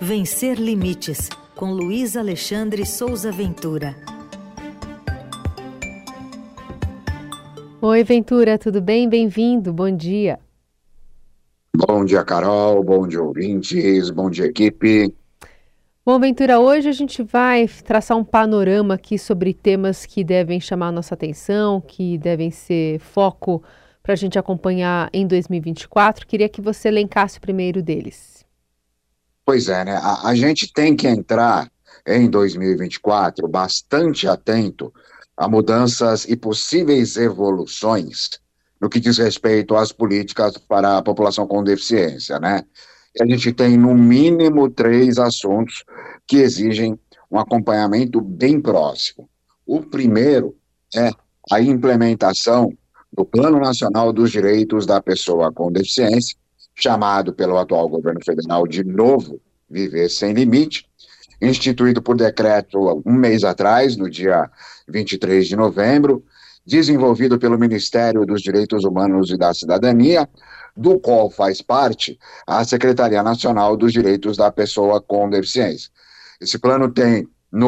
Vencer Limites, com Luiz Alexandre Souza Ventura. Oi, Ventura, tudo bem? Bem-vindo, bom dia. Bom dia, Carol, bom dia, ouvintes, bom dia, equipe. Bom, Ventura, hoje a gente vai traçar um panorama aqui sobre temas que devem chamar a nossa atenção, que devem ser foco para a gente acompanhar em 2024. Queria que você elencasse o primeiro deles. Pois é, né? A gente tem que entrar em 2024 bastante atento a mudanças e possíveis evoluções no que diz respeito às políticas para a população com deficiência, né? E a gente tem, no mínimo, 3 assuntos que exigem um acompanhamento bem próximo. O primeiro é a implementação do Plano Nacional dos Direitos da Pessoa com Deficiência, chamado pelo atual governo federal de Novo Viver Sem Limite, instituído por decreto um mês atrás, no dia 23 de novembro, desenvolvido pelo Ministério dos Direitos Humanos e da Cidadania, do qual faz parte a Secretaria Nacional dos Direitos da Pessoa com Deficiência. Esse plano tem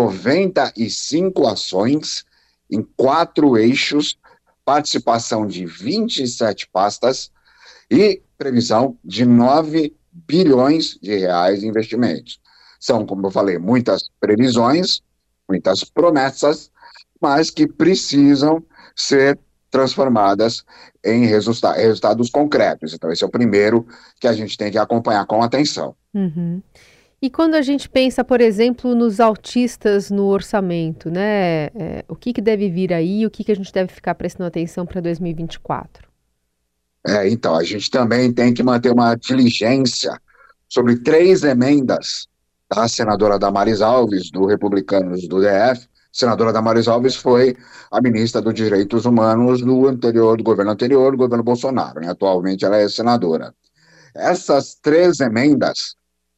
95 ações em 4 eixos, participação de 27 pastas e previsão de 9 bilhões de reais em investimentos. São, como eu falei, muitas previsões, muitas promessas, mas que precisam ser transformadas em resultados concretos. Então, esse é o primeiro que a gente tem que acompanhar com atenção. Uhum. E quando a gente pensa, por exemplo, nos autistas no orçamento, né? O que deve vir aí, o que a gente deve ficar prestando atenção para 2024? Então, a gente também tem que manter uma diligência sobre 3 emendas da senadora Damares Alves, do Republicanos do DF. A senadora Damares Alves foi a ministra dos Direitos Humanos do governo anterior, do governo Bolsonaro, né? Atualmente ela é senadora. Essas 3 emendas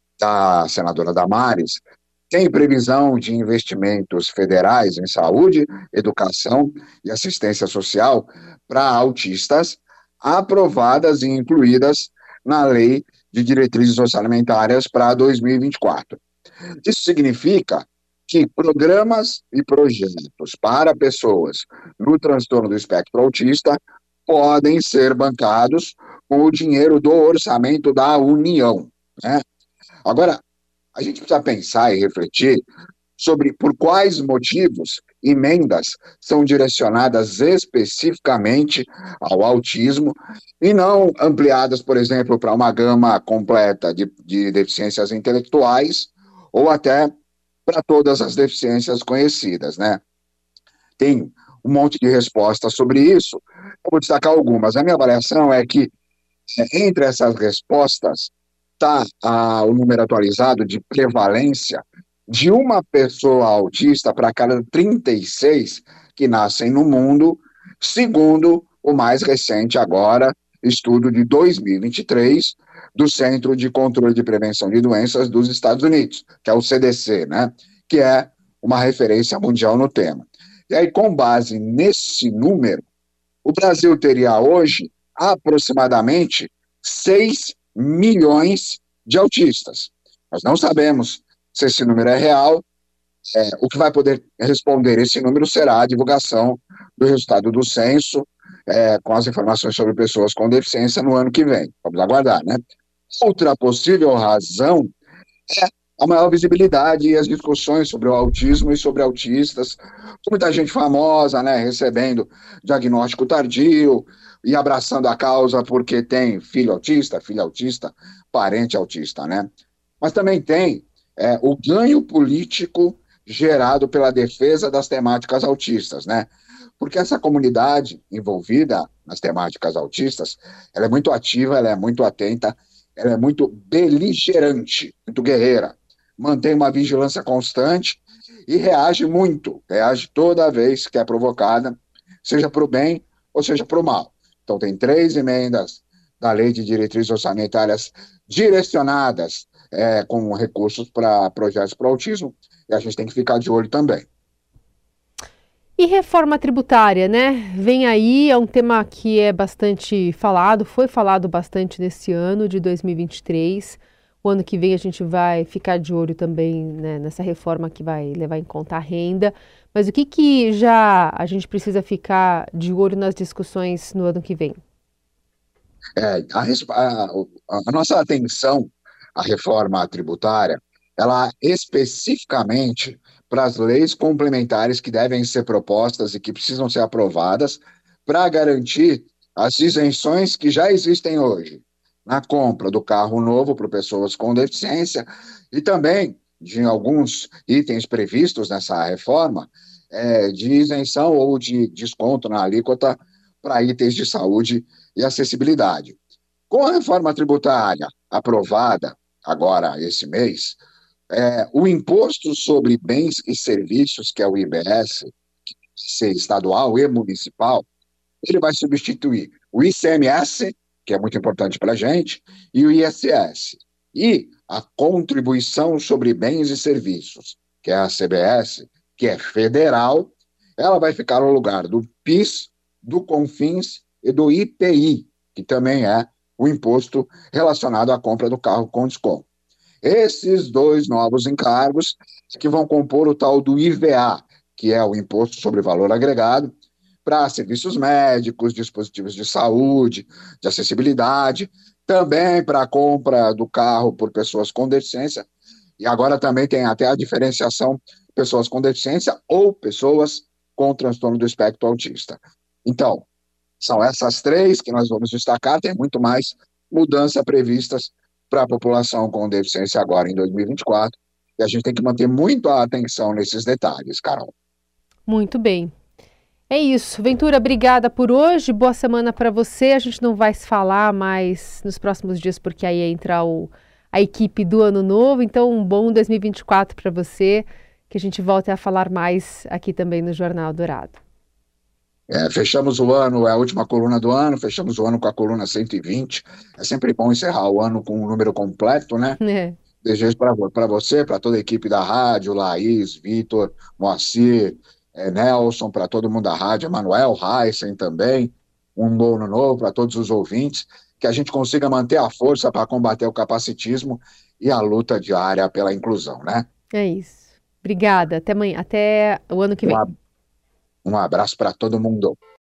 da senadora Damares têm previsão de investimentos federais em saúde, educação e assistência social para autistas, aprovadas e incluídas na Lei de Diretrizes Orçamentárias para 2024. Isso significa que programas e projetos para pessoas no transtorno do espectro autista podem ser bancados com o dinheiro do orçamento da União, né? Agora, a gente precisa pensar e refletir sobre por quais motivos emendas são direcionadas especificamente ao autismo e não ampliadas, por exemplo, para uma gama completa de deficiências intelectuais ou até para todas as deficiências conhecidas, né? Tem um monte de respostas sobre isso. Eu vou destacar algumas. A minha avaliação é que entre essas respostas está o número atualizado de prevalência de uma pessoa autista para cada 36 que nascem no mundo, segundo o mais recente agora, estudo de 2023, do Centro de Controle de Prevenção de Doenças dos Estados Unidos, que é o CDC, né? Que é uma referência mundial no tema. E aí, com base nesse número, o Brasil teria hoje aproximadamente 6 milhões de autistas. Nós não sabemos se esse número é real. O que vai poder responder esse número será a divulgação do resultado do censo, com as informações sobre pessoas com deficiência no ano que vem. Vamos aguardar, né? Outra possível razão é a maior visibilidade e as discussões sobre o autismo e sobre autistas, com muita gente famosa, né, recebendo diagnóstico tardio e abraçando a causa porque tem filho autista, filha autista, parente autista, né? Mas também tem o ganho político gerado pela defesa das temáticas autistas, né? Porque essa comunidade envolvida nas temáticas autistas, ela é muito ativa, ela é muito atenta, ela é muito beligerante, muito guerreira, mantém uma vigilância constante e reage toda vez que é provocada, seja para o bem ou seja para o mal. Então tem 3 emendas da Lei de Diretrizes Orçamentárias direcionadas com recursos para projetos para autismo, e a gente tem que ficar de olho também. E reforma tributária, né? Vem aí, é um tema que é bastante falado, foi falado bastante nesse ano de 2023, O ano que vem a gente vai ficar de olho também, né, nessa reforma que vai levar em conta a renda. Mas o que já a gente precisa ficar de olho nas discussões no ano que vem? A nossa atenção à reforma tributária, ela especificamente para as leis complementares que devem ser propostas e que precisam ser aprovadas para garantir as isenções que já existem hoje na compra do carro novo para pessoas com deficiência e também de alguns itens previstos nessa reforma, de isenção ou de desconto na alíquota para itens de saúde e acessibilidade. Com a reforma tributária aprovada agora esse mês, o imposto sobre bens e serviços, que é o IBS, ser estadual e municipal, ele vai substituir o ICMS, que é muito importante para a gente, e o ISS. E a contribuição sobre bens e serviços, que é a CBS, que é federal, ela vai ficar no lugar do PIS, do CONFINS e do IPI, que também é o imposto relacionado à compra do carro com desconto. Esses dois novos encargos que vão compor o tal do IVA, que é o Imposto sobre Valor Agregado, para serviços médicos, dispositivos de saúde, de acessibilidade, também para a compra do carro por pessoas com deficiência, e agora também tem até a diferenciação pessoas com deficiência ou pessoas com transtorno do espectro autista. Então, são essas três que nós vamos destacar, tem muito mais mudança previstas para a população com deficiência agora em 2024, e a gente tem que manter muito a atenção nesses detalhes, Carol. Muito bem. É isso. Ventura, obrigada por hoje. Boa semana para você. A gente não vai se falar mais nos próximos dias, porque aí entra a equipe do Ano Novo. Então, um bom 2024 para você, que a gente volte a falar mais aqui também no Jornal Dourado. Fechamos o ano, é a última coluna do ano, fechamos o ano com a coluna 120. É sempre bom encerrar o ano com um número completo, né? Desejo para você, para toda a equipe da rádio, Laís, Vitor, Moacir, Nelson, para todo mundo da rádio, Manuel, Heisen também, um bom ano novo para todos os ouvintes, que a gente consiga manter a força para combater o capacitismo e a luta diária pela inclusão, né? É isso. Obrigada. Até amanhã, até o ano que vem. Um abraço para todo mundo.